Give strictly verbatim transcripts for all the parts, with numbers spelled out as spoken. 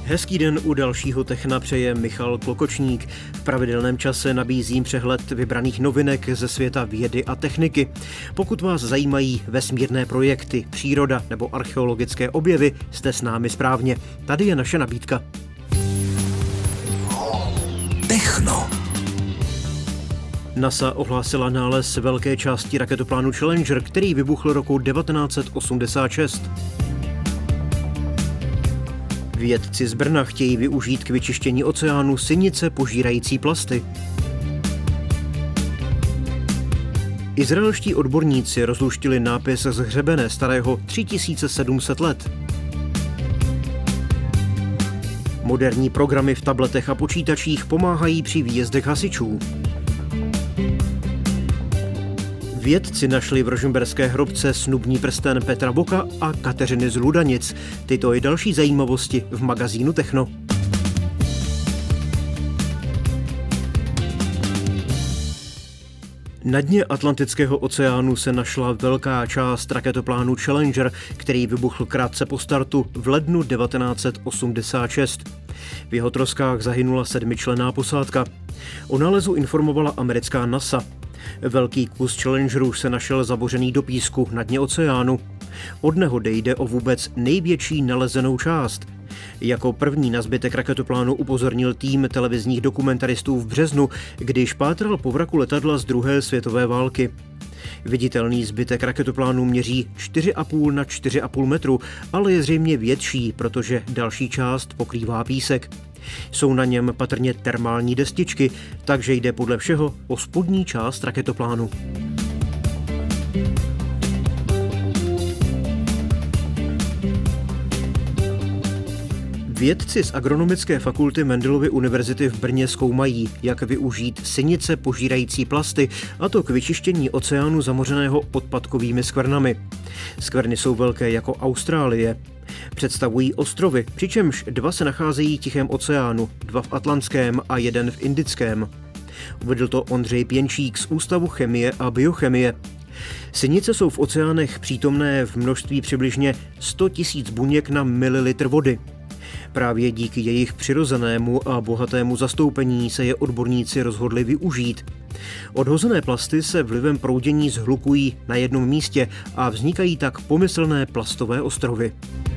Hezký den u dalšího Techna přeje Michal Klokočník. V pravidelném čase nabízím přehled vybraných novinek ze světa vědy a techniky. Pokud vás zajímají vesmírné projekty, příroda nebo archeologické objevy, jste s námi správně. Tady je naše nabídka. Techno. NASA ohlásila nález velké části raketoplánu Challenger, který vybuchl roku devatenáct set osmdesát šest. Vědci z Brna chtějí využít k vyčištění oceánu sinice požírající plasty. Izraelští odborníci rozluštili nápis z hřebene starého tři tisíce sedm set let. Moderní programy v tabletech a počítačích pomáhají při výjezdech hasičů. Vědci našli v rožmberské hrobce snubní prsten Petra Boka a Kateřiny z Ludanic. Tyto i další zajímavosti v magazínu Techno. Na dně Atlantického oceánu se našla velká část raketoplánu Challenger, který vybuchl krátce po startu v lednu devatenáct set osmdesát šest. V jeho troskách zahynula sedmičlenná posádka. O nálezu informovala americká NASA. Velký kus Challengeru se našel zabořený do písku na dně oceánu. Od nehody jde o vůbec největší nalezenou část. Jako první na zbytek raketoplánu upozornil tým televizních dokumentaristů v březnu, když pátral po vraku letadla z druhé světové války. Viditelný zbytek raketoplánu měří čtyři a půl na čtyři a půl metru, ale je zřejmě větší, protože další část pokrývá písek. Jsou na něm patrně termální destičky, takže jde podle všeho o spodní část raketoplánu. Vědci z Agronomické fakulty Mendelovy univerzity v Brně zkoumají, jak využít sinice požírající plasty, a to k vyčištění oceánu zamořeného odpadkovými skvrnami. Skvrny jsou velké jako Austrálie. Představují ostrovy, přičemž dva se nacházejí v Tichém oceánu, dva v Atlantském a jeden v Indickém. Uvedl to Ondřej Pěnčík z Ústavu chemie a biochemie. Sinice jsou v oceánech přítomné v množství přibližně sto tisíc buněk na mililitr vody. Právě díky jejich přirozenému a bohatému zastoupení se je odborníci rozhodli využít. Odhozené plasty se vlivem proudění zhlukují na jednom místě a vznikají tak pomyslné plastové ostrovy.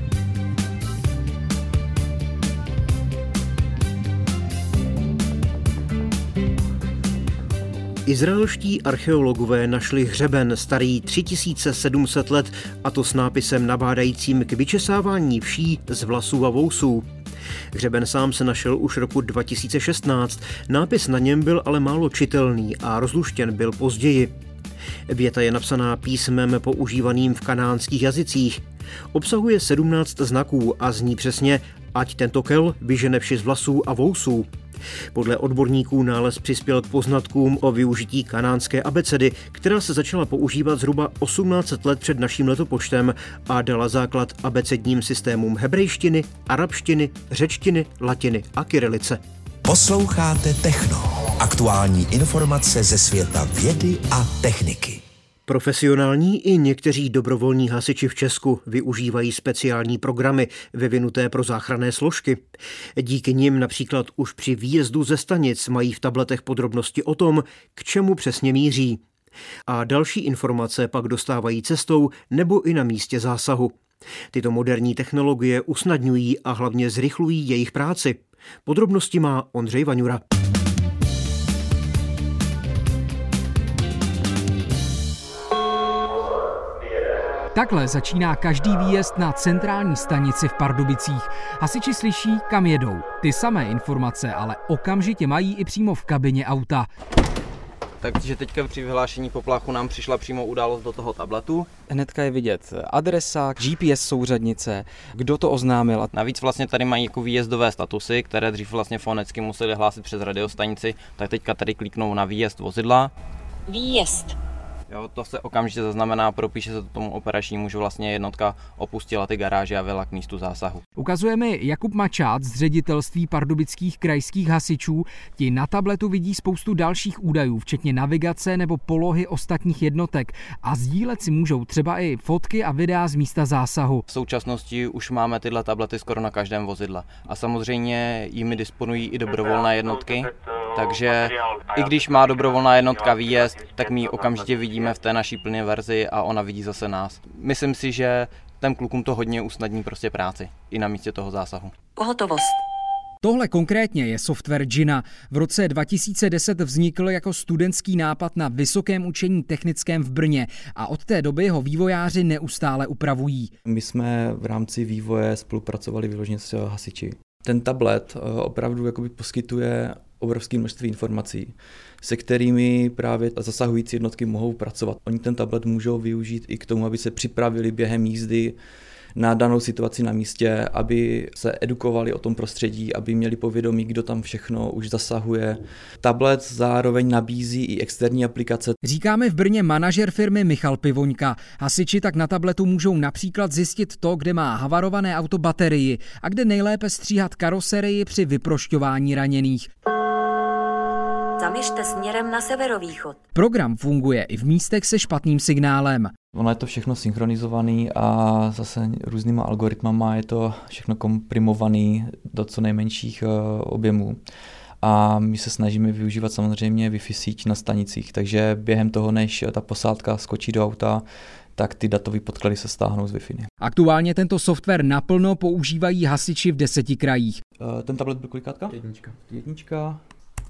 Izraelští archeologové našli hřeben starý tři tisíce sedm set let, a to s nápisem nabádajícím k vyčesávání vší z vlasů a vousů. Hřeben sám se našel už roku dva tisíce šestnáct, nápis na něm byl ale málo čitelný a rozluštěn byl později. Věta je napsaná písmem používaným v kanánských jazycích. Obsahuje sedmnáct znaků a zní přesně: ať tento kel vyžene vši z vlasů a vousů. Podle odborníků nález přispěl k poznatkům o využití kanánské abecedy, která se začala používat zhruba osmnáct set let před naším letopočtem a dala základ abecedním systémům hebrejštiny, arabštiny, řečtiny, latiny a kyrilice. Posloucháte Techno. Aktuální informace ze světa vědy a techniky. Profesionální i někteří dobrovolní hasiči v Česku využívají speciální programy vyvinuté pro záchranné složky. Díky nim například už při výjezdu ze stanic mají v tabletech podrobnosti o tom, k čemu přesně míří. A další informace pak dostávají cestou nebo i na místě zásahu. Tyto moderní technologie usnadňují a hlavně zrychlují jejich práci. Podrobnosti má Ondřej Vaňura. Takhle začíná každý výjezd na centrální stanici v Pardubicích. Hasiči slyší, kam jedou. Ty samé informace ale okamžitě mají i přímo v kabině auta. Takže teďka při vyhlášení poplachu nám přišla přímo událost do toho tabletu. Hnedka je vidět adresa, G P S souřadnice, kdo to oznámil. Navíc vlastně tady mají jako výjezdové statusy, které dřív vlastně fonicky museli hlásit přes radiostanici, tak teďka tady kliknou na výjezd vozidla. Výjezd. Jo, to se okamžitě zaznamená, propíše se to tomu operačnímu, že vlastně jednotka opustila ty garáže a vjela k místu zásahu. Ukazuje mi Jakub Mačát z ředitelství pardubických krajských hasičů. Ti na tabletu vidí spoustu dalších údajů, včetně navigace nebo polohy ostatních jednotek a sdílet si můžou třeba i fotky a videa z místa zásahu. V současnosti už máme tyhle tablety skoro na každém vozidle a samozřejmě jimi disponují i dobrovolné jednotky, takže i když má dobrovolná jednotka výjezd, tak my ji okamžitě vidíme v té naší plné verzi a ona vidí zase nás. Myslím si, že těm klukům to hodně usnadní prostě práci i na místě toho zásahu. Pohotovost. Tohle konkrétně je software Džina. V roce dva tisíce deset vznikl jako studentský nápad na Vysokém učení technickém v Brně a od té doby ho vývojáři neustále upravují. My jsme v rámci vývoje spolupracovali vyloženě s hasiči. Ten tablet opravdu jakoby poskytuje obrovské množství informací, se kterými právě zasahující jednotky mohou pracovat. Oni ten tablet můžou využít i k tomu, aby se připravili během jízdy na danou situaci na místě, aby se edukovali o tom prostředí, aby měli povědomí, kdo tam všechno už zasahuje. Tablet zároveň nabízí i externí aplikace. Říkáme v Brně manažer firmy Michal Pivoňka. Hasiči tak na tabletu můžou například zjistit to, kde má havarované auto baterii a kde nejlépe stříhat karoserii při vyprošťování raněných. Zaměřte směrem na severovýchod. Program funguje i v místech se špatným signálem. Ono je to všechno synchronizovaný a zase různýma algoritmama je to všechno komprimovaný do co nejmenších objemů. A my se snažíme využívat samozřejmě Wi-Fi síť na stanicích, takže během toho, než ta posádka skočí do auta, tak ty datové podklady se stáhnou z Wi-Fi. Aktuálně tento software naplno používají hasiči v deseti krajích. Ten tablet byl kolikátka? Jednička. Jednička.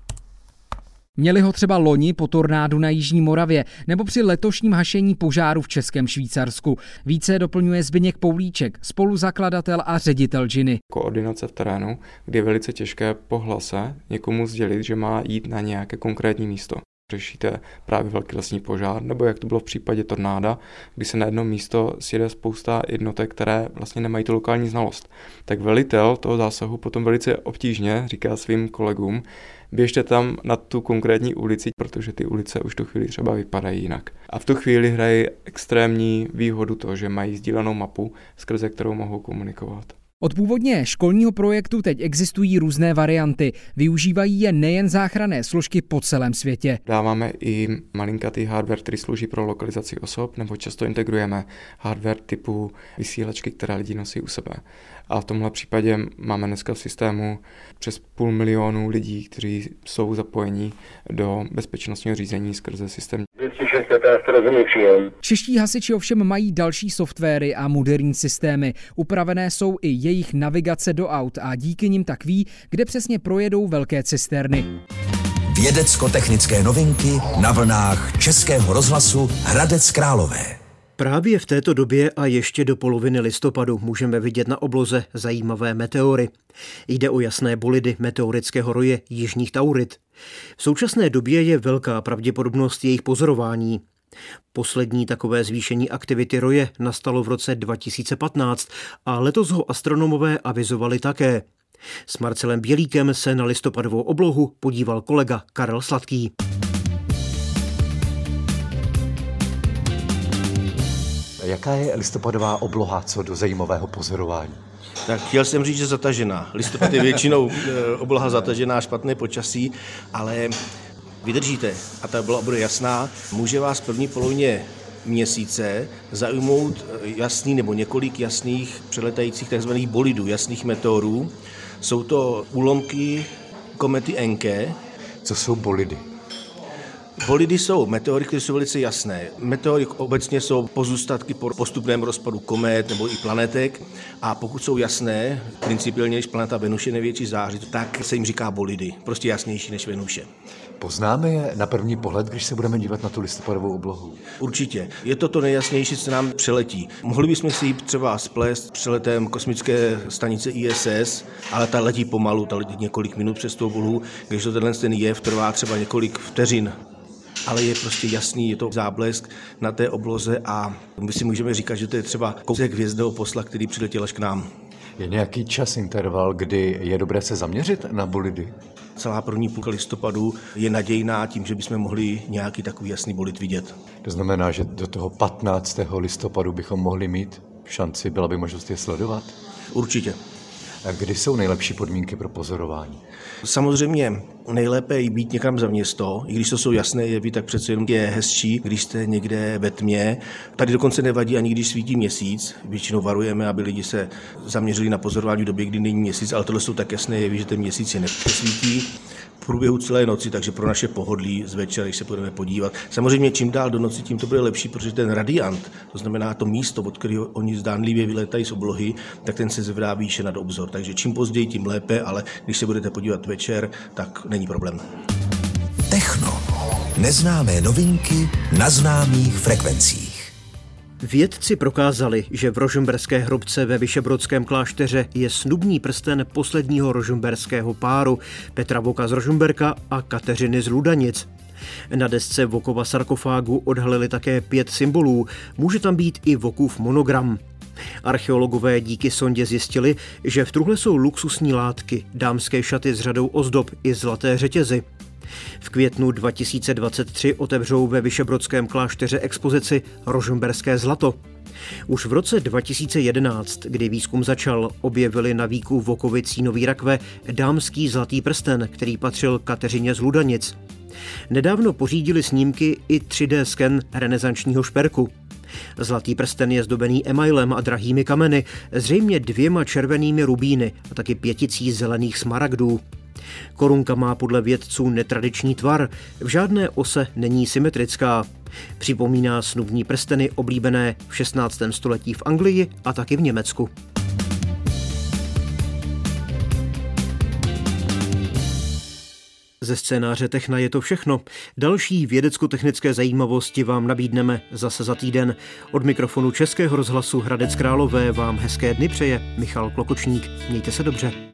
Měli ho třeba loni po tornádu na Jižní Moravě nebo při letošním hašení požáru v Českém Švýcarsku. Více doplňuje Zbyněk Poulíček, spoluzakladatel a ředitel Džiny. Koordinace v terénu, kdy je velice těžké po hlase někomu sdělit, že má jít na nějaké konkrétní místo. Řešíte právě velký lesní požár, nebo jak to bylo v případě tornáda, kdy se na jedno místo sjede spousta jednotek, které vlastně nemají tu lokální znalost. Tak velitel toho zásahu potom velice obtížně říká svým kolegům, běžte tam na tu konkrétní ulici, protože ty ulice už tu chvíli třeba vypadají jinak. A v tu chvíli hrají extrémní výhodu to, že mají sdílenou mapu, skrze kterou mohou komunikovat. Od původně školního projektu teď existují různé varianty. Využívají je nejen záchranné složky po celém světě. Dáváme i malinkatý hardware, který slouží pro lokalizaci osob, nebo často integrujeme hardware typu vysílačky, které lidi nosí u sebe. A v tomhle případě máme dneska v systému přes půl milionu lidí, kteří jsou zapojeni do bezpečnostního řízení skrze systém. Čeští hasiči ovšem mají další softwary a moderní systémy. Upravené jsou i jejich navigace do aut a díky nim tak ví, kde přesně projedou velké cisterny. Vědecko-technické novinky na vlnách Českého rozhlasu Hradec Králové. Právě v této době a ještě do poloviny listopadu můžeme vidět na obloze zajímavé meteory. Jde o jasné bolidy meteorického roje jižních Taurit. V současné době je velká pravděpodobnost jejich pozorování. Poslední takové zvýšení aktivity roje nastalo v roce dva tisíce patnáct a letos ho astronomové avizovali také. S Marcelem Bělíkem se na listopadovou oblohu podíval kolega Karel Sladký. Jaká je listopadová obloha co do zajímavého pozorování? Tak chtěl jsem říct, že zatažená. Listopad je většinou obloha zatažená, špatné počasí, ale vydržíte a ta obloha bude jasná. Může vás v první polovině měsíce zaujmout jasný nebo několik jasných přeletajících tzv. Bolidů, jasných meteorů. Jsou to úlomky komety Encke. Co jsou bolidy? Bolidy jsou meteory, které jsou velice jasné. Meteory obecně jsou pozůstatky po postupném rozpadu komet nebo i planetek a pokud jsou jasné, principiálně, když planeta Venuše je největší záři, tak se jim říká bolidy, prostě jasnější než Venuše. Poznáme je na první pohled, když se budeme dívat na tu listopadovou oblohu? Určitě. Je to to nejjasnější, co nám přeletí. Mohli bychom si jít třeba splést přeletem kosmické stanice I S S, ale ta letí pomalu, ta letí několik minut přes tu oblohu, když to tenhle ten jev trvá třeba několik vteřin. Ale je prostě jasný, je to záblesk na té obloze a my si můžeme říkat, že to je třeba kousek hvězdného posla, který přiletěl až k nám. Je nějaký čas, interval, kdy je dobré se zaměřit na bolidy? celá první půlka listopadu je nadějná tím, že bychom mohli nějaký takový jasný bolid vidět. To znamená, že do toho patnáctého listopadu bychom mohli mít šanci, byla by možnost je sledovat? Určitě. A kdy jsou nejlepší podmínky pro pozorování? Samozřejmě nejlépe je být někam za město, i když to jsou jasné jevy, tak přece jenom je hezčí, když jste někde ve tmě. Tady dokonce nevadí ani když svítí měsíc. Většinou varujeme, aby lidi se zaměřili na pozorování v době, kdy není měsíc, ale tohle jsou tak jasné jevy, že ten měsíc je nepřesvítí v průběhu celé noci, takže pro naše pohodlí z večera, když se budeme podívat. Samozřejmě čím dál do noci, tím to bude lepší, protože ten radiant, to znamená to místo, od kterého oni zdánlivě vylétají z oblohy, tak ten se zvedá výše nad obzor. Takže čím později, tím lépe, ale když se budete podívat večer, tak není problém. Techno. Neznámé novinky na známých frekvencích. Vědci prokázali, že v rožmberské hrobce ve Vyšebrodském klášteře je snubní prsten posledního rožmberského páru Petra Voka z Rožmberka a Kateřiny z Ludanic. Na desce Vokova sarkofágu odhalili také pět symbolů, může tam být i Vokův monogram. Archeologové díky sondě zjistili, že v truhle jsou luxusní látky, dámské šaty s řadou ozdob i zlaté řetězy. V květnu dva tisíce dvacet tři otevřou ve Vyšebrodském klášteře expozici Rožmberské zlato. Už v roce dva tisíce jedenáct, kdy výzkum začal, objevili na víku Vokovy cínový rakve dámský zlatý prsten, který patřil Kateřině z Ludanic. Nedávno pořídili snímky i tři dé sken renesančního šperku. Zlatý prsten je zdobený emailem a drahými kameny, zřejmě dvěma červenými rubíny a taky pěticí zelených smaragdů. Korunka má podle vědců netradiční tvar, v žádné ose není symetrická. Připomíná snubní prsteny oblíbené v šestnáctém století v Anglii a taky v Německu. Ze scénáře Techna je to všechno. Další vědecko-technické zajímavosti vám nabídneme zase za týden. Od mikrofonu Českého rozhlasu Hradec Králové vám hezké dny přeje Michal Klokočník. Mějte se dobře.